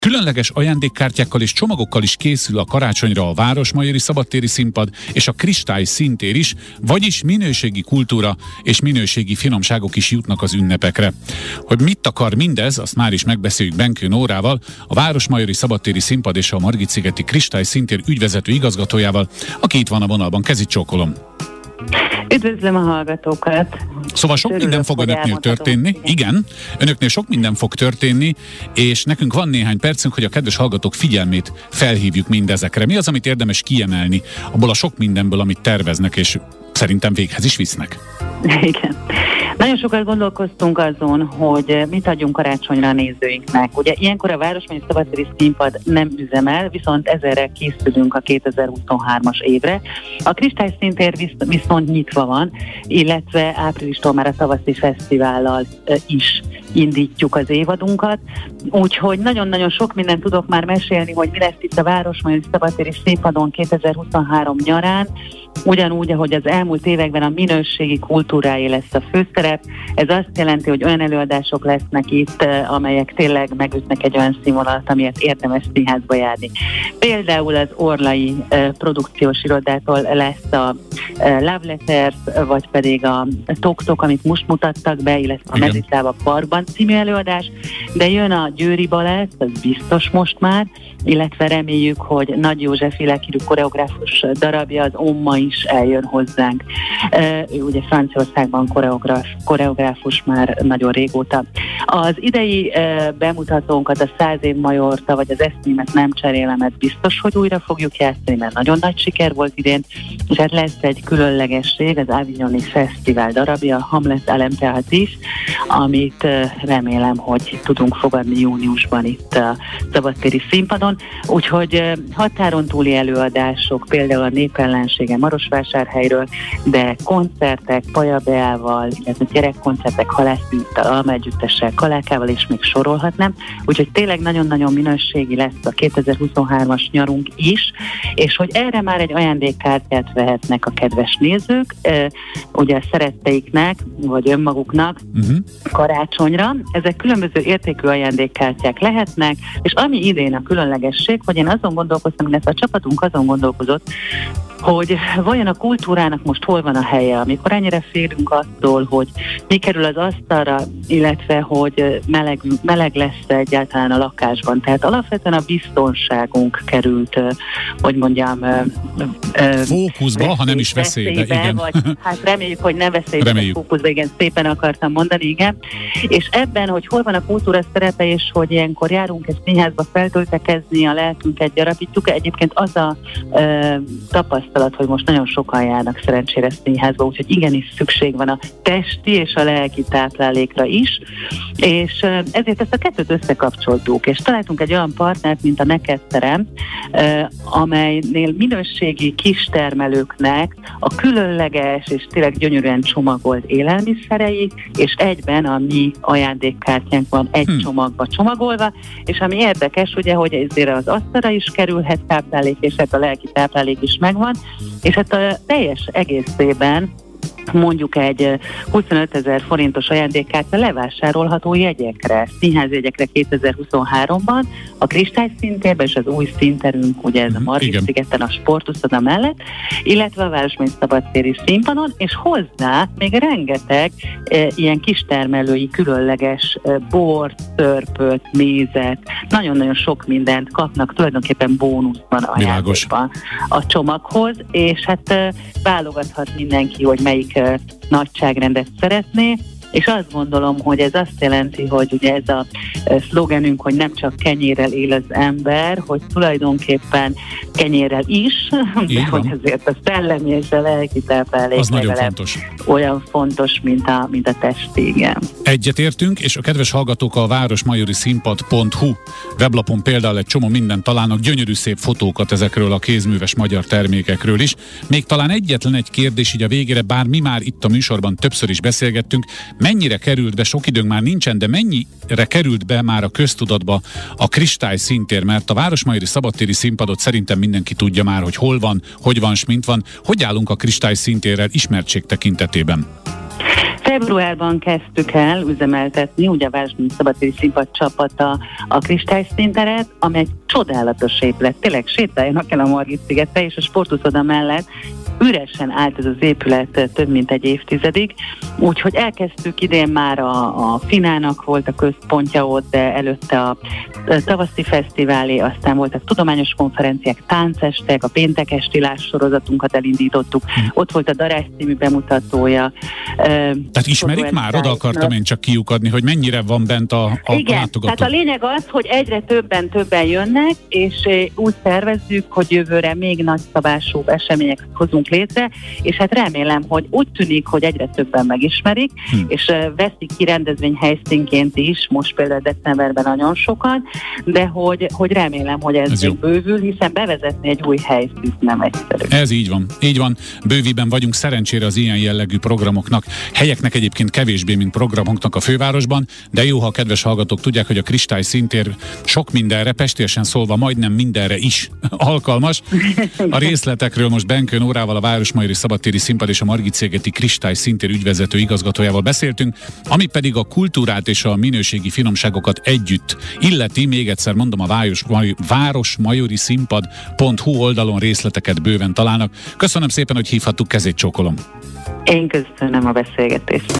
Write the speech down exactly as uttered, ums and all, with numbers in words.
Különleges ajándékkártyákkal és csomagokkal is készül a karácsonyra a Városmajori Szabadtéri Színpad és a Kristály Színtér is, vagyis minőségi kultúra és minőségi finomságok is jutnak az ünnepekre. Hogy mit akar mindez, azt már is megbeszéljük Benkő Nórával, a Városmajori Szabadtéri Színpad és a Margit-szigeti Kristály Színtér ügyvezető igazgatójával, aki itt van a vonalban. Kezit csókolom! Üdvözlöm a hallgatókat! Szóval sok Örülök, minden fog önöknél történni. Igen. Igen, önöknél sok minden fog történni, és nekünk van néhány percünk, hogy a kedves hallgatók figyelmét felhívjuk mindezekre. Mi az, amit érdemes kiemelni abból a sok mindenből, amit terveznek, és szerintem véghez is visznek? Igen. Nagyon sokat gondolkoztunk azon, hogy mit adjunk karácsonyra a nézőinknek. Ugye ilyenkor a Városmajori Szabadtéri Színpad nem üzemel, viszont ezerre készülünk a kétezer-huszonhármas évre. A Kristály Színtér visz- viszont nyitva van, illetve áprilistól már a tavaszi fesztivállal e, is indítjuk az évadunkat. Úgyhogy nagyon-nagyon sok mindent tudok már mesélni, hogy mi lesz itt a Városmajori Szabadtéri Színpadon kétezer-huszonhárom nyarán. Ugyanúgy, ahogy az elmúlt években a minőségi kultúráé lesz a főszerep. Ez azt jelenti, hogy olyan előadások lesznek itt, amelyek tényleg megütnek egy olyan színvonalat, amiért érdemes színházba járni. Például az Orlai uh, produkciós irodától lesz a uh, Love Letters, vagy pedig a Tok-Tok, amit most mutattak be, illetve a Meditáva Parkban című előadás, de jön a Győri Balett, az biztos most már, illetve reméljük, hogy Nagy József világhírű koreográfus darabja, az Omma is eljön hozzánk. Uh, ő ugye Franciaországban koreográf, koreográfus már nagyon régóta. Az idei uh, bemutatónkat, a Száz év Majorta, vagy az Eszmémet nem cserélemet biztos, hogy újra fogjuk játszani, mert nagyon nagy siker volt idén, és hát lesz egy különlegesség, az Avignoni Fesztivál darabja, a Hamlet Alemteát is, amit uh, remélem, hogy tudunk fogadni júniusban itt a Szabadtéri Színpadon. Úgyhogy uh, határon túli előadások, például a Népellensége Marosvásárhelyről, de koncertek Paja Beával, illetve gyerekkoncertek Halászbűttel, Alma Együttessel, Kalákával, és még sorolhatnám. Úgyhogy tényleg nagyon-nagyon minőségi lesz a kétezer-huszonhármas nyarunk is, és hogy erre már egy ajándékkártyát vehetnek a kedves nézők, uh, ugye a szeretteiknek, vagy önmaguknak uh-huh. karácsonyra. Ezek különböző értékű ajándékkártyák lehetnek, és ami idén a különlegesség, hogy én azon gondolkoztam, illetve a csapatunk azon gondolkozott, hogy vajon a kultúrának most hol van a helye, amikor ennyire félünk attól, hogy mi kerül az asztalra, illetve hogy meleg, meleg lesz egyáltalán a lakásban. Tehát alapvetően a biztonságunk került, hogy mondjam, fókuszba, ha nem is veszélybe, igen. Vagy, hát reméljük, hogy nem veszélybe, reméljük. Fókuszba, igen, szépen akartam mondani, igen. És ebben, hogy hol van a kultúra szerepe, és hogy ilyenkor járunk egy színházba feltöltekezni, a lelkünket gyarapítjuk, egyébként az a e, tapasztalat, hogy most nagyon sokan járnak szerencsére színházba, úgyhogy igenis szükség van a testi és a lelki táplálékra is, és e, ezért ezt a kettőt összekapcsoltuk, és találtunk egy olyan partnert, mint a Nekedterem, e, amelynél minőségi kistermelőknek a különleges és tényleg gyönyörűen csomagolt élelmiszerei, és egyben a mi ajándékkártyánk van egy hmm. csomagba csomagolva, és ami érdekes, ugye, hogy ezért az asztalra is kerülhet táplálék, és hát a lelki táplálék is megvan, és hát a teljes egészében mondjuk egy huszonötezer forintos ajándékkártya levásárolható jegyekre, színházjegyekre kétezer-huszonháromban, a Kristály Színtérben és az új színterünk, ugye ez a Margit-szigeten, a Sportuszoda mellett, illetve a Városmajori Szabadtéri Színpadon, és hozzá még rengeteg e, ilyen kistermelői, különleges e, bort, szörpöt, mézet, nagyon-nagyon sok mindent kapnak tulajdonképpen bónuszban ajándékban a csomaghoz, és hát e, válogathat mindenki, hogy melyik nagyságrendet szeretné, és azt gondolom, hogy ez azt jelenti, hogy ugye ez a szlogenünk, hogy nem csak kenyérrel él az ember, hogy tulajdonképpen kenyérrel is, de hogy azért a szellemi és a lelki táplálék legalább olyan fontos, mint a, mint a testi, igen. Egyetértünk, és a kedves hallgatók a városmajori színpad pont hu weblapon például egy csomó mindent találnak, gyönyörű szép fotókat ezekről a kézműves magyar termékekről is. Még talán egyetlen egy kérdés így a végére, bár mi már itt a műsorban többször is beszélgettünk, mennyire került be, sok időnk már nincsen, de mennyire került be már a köztudatba a Kristály Színtér, mert a Városmajori Szabadtéri Színpadot szerintem mindenki tudja már, hogy hol van, hogy van, s mint van. Hogy állunk a Kristály Színtérrel ismertség tekintetében? Februárban kezdtük el üzemeltetni, ugye a Városmajori Szabadtéri Színpad csapata a Kristályszínteret, ami egy csodálatos épület. Tényleg sétáljanak el a Margit-szigetre, és a sportuszoda mellett üresen állt ez az épület több mint egy évtizedig, úgyhogy elkezdtük idén már a, a Finának volt a központja ott, de előtte a tavaszi fesztiválé, aztán voltak tudományos konferenciák, táncestek, a péntek esti sorozatunkat elindítottuk, hmm. ott volt a Darás című bemutatója. Tehát ismerik már? Oda akartam én csak kiukadni, hogy mennyire van bent a, a Igen, látogató. tehát a lényeg az, hogy egyre többen többen jönnek, és úgy szervezzük, hogy jövőre még nagyszabású eseményeket hozunk létre, és hát remélem, hogy úgy tűnik, hogy egyre többen megismerik, hmm. és veszik ki rendezvény helyszínként is, most például decemberben nagyon sokan, de hogy, hogy remélem, hogy ez, ez még bővül, hiszen bevezetni egy új helyszínt nem egyszerű. Ez így van, így van. Bőviben vagyunk szerencsére az ilyen jellegű programoknak, helyeknek egyébként kevésbé, mint programoknak a fővárosban, de jó, ha a kedves hallgatók tudják, hogy a Kristályszíntér sok mindenre, pestélyesen szólva majdnem mindenre is alkalmas. A részletekről most Benkő Nórával, a Városmajori Szabadtéri Színpad és a Margit-szigeti Kristályszíntér ügyvezető igazgatójával beszéltünk, ami pedig a kultúrát és a minőségi finomságokat együtt illeti, még egyszer mondom, a Város, Városmajori Színpad pont hu oldalon részleteket bőven találnak. Köszönöm szépen, hogy hívhattuk, kezét csókolom. Én köszönöm a beszélgetést.